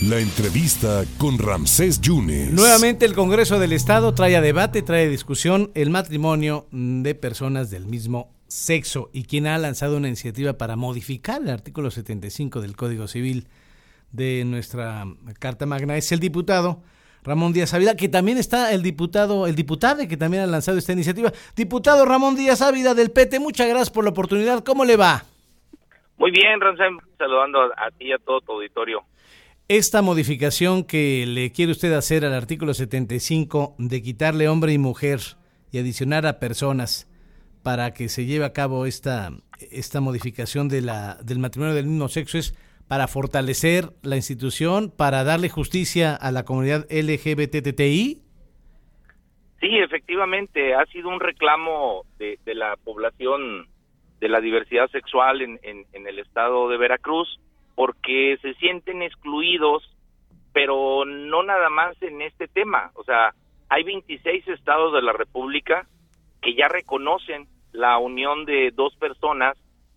La entrevista con Ramsés Yunes. Nuevamente el Congreso del Estado trae a debate, trae a discusión el matrimonio de personas del mismo sexo, y quien ha lanzado una iniciativa para modificar el artículo 75 del Código Civil de nuestra Carta Magna es el diputado Ramón Díaz Ávila, que también está el diputado que también ha lanzado esta iniciativa. Diputado Ramón Díaz Ávila del PT, muchas gracias por la oportunidad. ¿Cómo le va? Muy bien, Ramsés, saludando a ti y a todo tu auditorio. Esta modificación que le quiere usted hacer al artículo 75 de quitarle hombre y mujer y adicionar a personas para que se lleve a cabo esta modificación del matrimonio del mismo sexo, es para fortalecer la institución, para darle justicia a la comunidad LGBTTI. Sí, efectivamente, ha sido un reclamo de la población de la diversidad sexual en el estado de Veracruz, porque se sienten excluidos, pero no nada más en este tema. O sea, hay 26 estados de la República que ya reconocen la unión de dos personas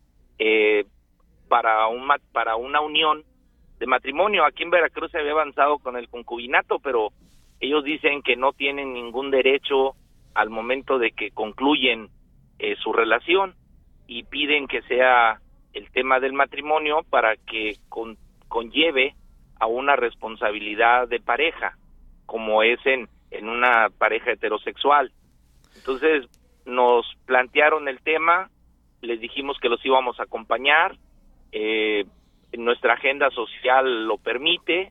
para una unión de matrimonio. Aquí en Veracruz se había avanzado con el concubinato, pero ellos dicen que no tienen ningún derecho al momento de que concluyen su relación, y piden que sea el tema del matrimonio para que conlleve a una responsabilidad de pareja, como es en una pareja heterosexual. Entonces nos plantearon el tema, les dijimos que los íbamos a acompañar, nuestra agenda social lo permite,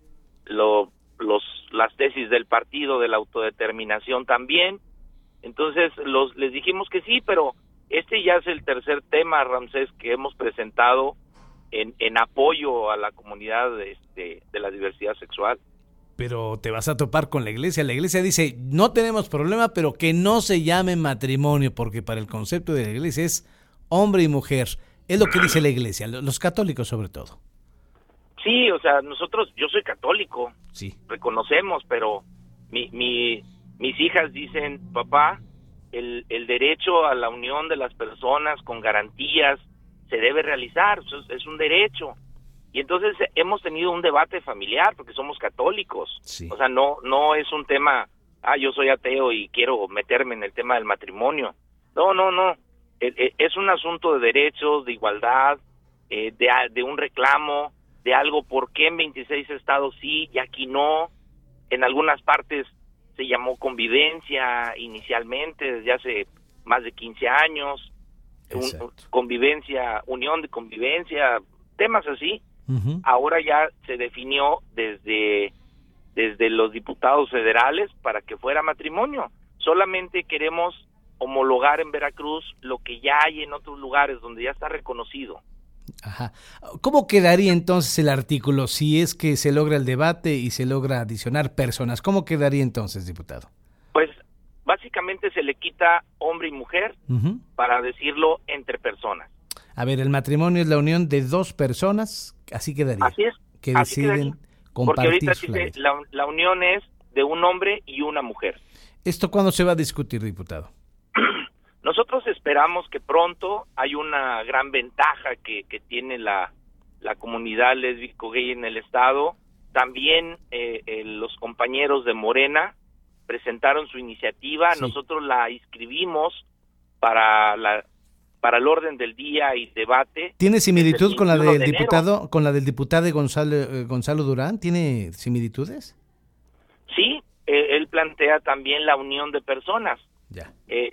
las tesis del partido de la autodeterminación también. Entonces les dijimos que sí, pero este ya es el tercer tema, Ramsés, que hemos presentado en apoyo a la comunidad de la diversidad sexual. Pero te vas a topar con la iglesia. La iglesia dice, no tenemos problema, pero que no se llame matrimonio, porque para el concepto de la iglesia es hombre y mujer. Es lo que dice la iglesia, los católicos sobre todo. Sí, o sea, yo soy católico, sí, reconocemos, pero mis hijas dicen, papá, el derecho a la unión de las personas con garantías se debe realizar, es un derecho. Y entonces hemos tenido un debate familiar porque somos católicos. Sí. O sea, no es un tema, yo soy ateo y quiero meterme en el tema del matrimonio. No. Es un asunto de derechos, de igualdad, de un reclamo, de algo. ¿Por qué en 26 estados sí y aquí no? En algunas partes se llamó convivencia inicialmente, desde hace más de 15 años, convivencia, unión de convivencia, temas así. Uh-huh. Ahora ya se definió desde los diputados federales para que fuera matrimonio. Solamente queremos homologar en Veracruz lo que ya hay en otros lugares donde ya está reconocido. Ajá. ¿Cómo quedaría entonces el artículo si es que se logra el debate y se logra adicionar personas? ¿Cómo quedaría entonces, diputado? Pues básicamente se le quita hombre y mujer, uh-huh, para decirlo entre personas. A ver, el matrimonio es la unión de dos personas, así quedaría. Así es. Que deciden compartir. Porque ahorita dice la unión es de un hombre y una mujer. ¿Esto cuándo se va a discutir, diputado? Nosotros esperamos que pronto. Hay una gran ventaja que tiene la comunidad lésbico-gay en el estado. También los compañeros de Morena presentaron su iniciativa. Sí. Nosotros la inscribimos para el orden del día y debate. ¿Tiene similitud con la del diputado, Gonzalo Durán? ¿Tiene similitudes? Sí, él plantea también la unión de personas. Ya.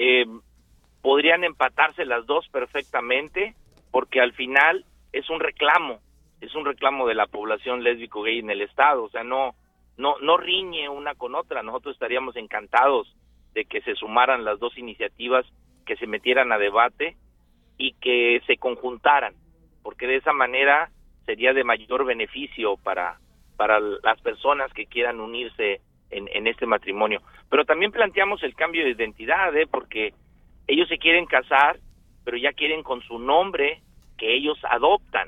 Podrían empatarse las dos perfectamente, porque al final es un reclamo de la población lésbico-gay en el estado. O sea, no riñe una con otra. Nosotros estaríamos encantados de que se sumaran las dos iniciativas, que se metieran a debate y que se conjuntaran, porque de esa manera sería de mayor beneficio para las personas que quieran unirse en este matrimonio. Pero también planteamos el cambio de identidad, porque ellos se quieren casar, pero ya quieren con su nombre que ellos adoptan.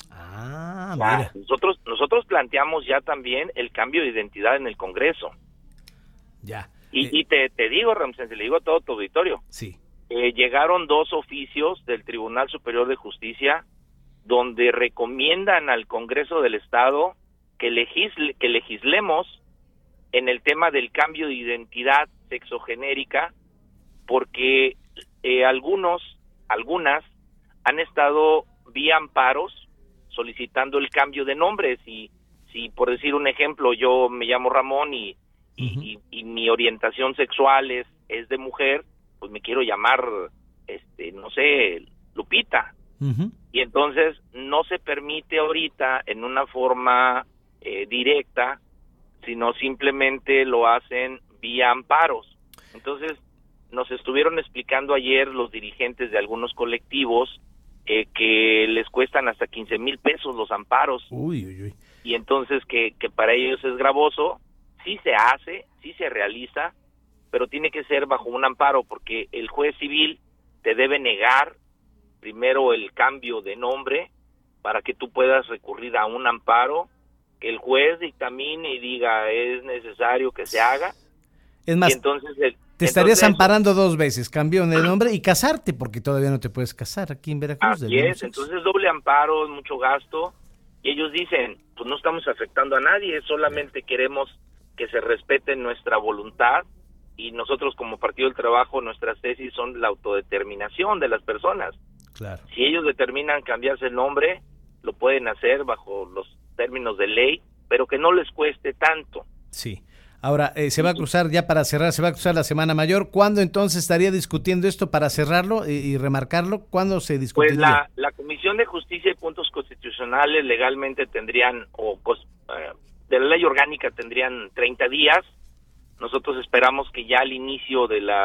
Mira. Nosotros planteamos ya también el cambio de identidad en el Congreso. Ya. Y te digo, Ramsés, le digo a todo tu auditorio. Sí. Llegaron 2 oficios del Tribunal Superior de Justicia donde recomiendan al Congreso del Estado que legislemos en el tema del cambio de identidad sexogenérica, porque algunas han estado vía amparos solicitando el cambio de nombres, y si por decir un ejemplo, yo me llamo Ramón y mi orientación sexual es de mujer, pues me quiero llamar, no sé, Lupita. Y entonces no se permite ahorita en una forma directa, sino simplemente lo hacen vía amparos. Entonces nos estuvieron explicando ayer los dirigentes de algunos colectivos que les cuestan hasta 15,000 pesos los amparos. Uy. Y entonces que para ellos es gravoso. Sí se hace, sí se realiza, pero tiene que ser bajo un amparo, porque el juez civil te debe negar primero el cambio de nombre para que tú puedas recurrir a un amparo, que el juez dictamine y diga es necesario que se haga. Es más, y entonces te estarías amparando 2 veces, cambio de nombre y casarte, porque todavía no te puedes casar aquí en Veracruz. Así es, entonces doble amparo, mucho gasto, y ellos dicen, pues no estamos afectando a nadie, solamente queremos que se respete nuestra voluntad, y nosotros como Partido del Trabajo, nuestras tesis son la autodeterminación de las personas. Claro. Si ellos determinan cambiarse el nombre, lo pueden hacer bajo los términos de ley, pero que no les cueste tanto. Sí. Ahora, se va a cruzar, ya para cerrar, se va a cruzar la Semana Mayor. ¿Cuándo entonces estaría discutiendo esto para cerrarlo y remarcarlo? ¿Cuándo se discutiría? Pues la Comisión de Justicia y Puntos Constitucionales legalmente tendrían, de la ley orgánica tendrían 30 días. Nosotros esperamos que ya al inicio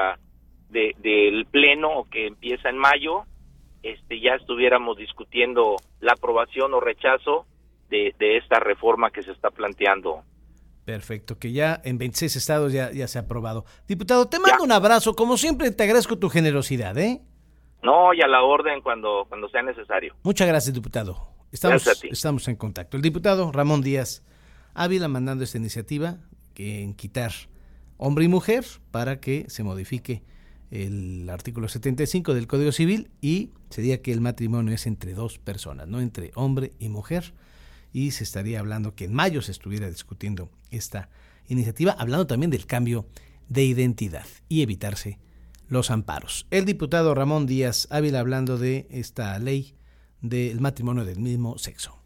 del pleno, que empieza en mayo, ya estuviéramos discutiendo la aprobación o rechazo de esta reforma que se está planteando. Perfecto, que ya en 26 estados ya se ha aprobado. Diputado, te mando un abrazo, como siempre te agradezco tu generosidad, ¿eh? No, y a la orden cuando sea necesario. Muchas gracias, diputado. Estamos en contacto. El diputado Ramón Díaz Ávila mandando esta iniciativa en quitar hombre y mujer para que se modifique el artículo 75 del Código Civil y se diga que el matrimonio es entre 2 personas, no entre hombre y mujer. Y se estaría hablando que en mayo se estuviera discutiendo esta iniciativa, hablando también del cambio de identidad y evitarse los amparos. El diputado Ramón Díaz Ávila hablando de esta ley del matrimonio del mismo sexo.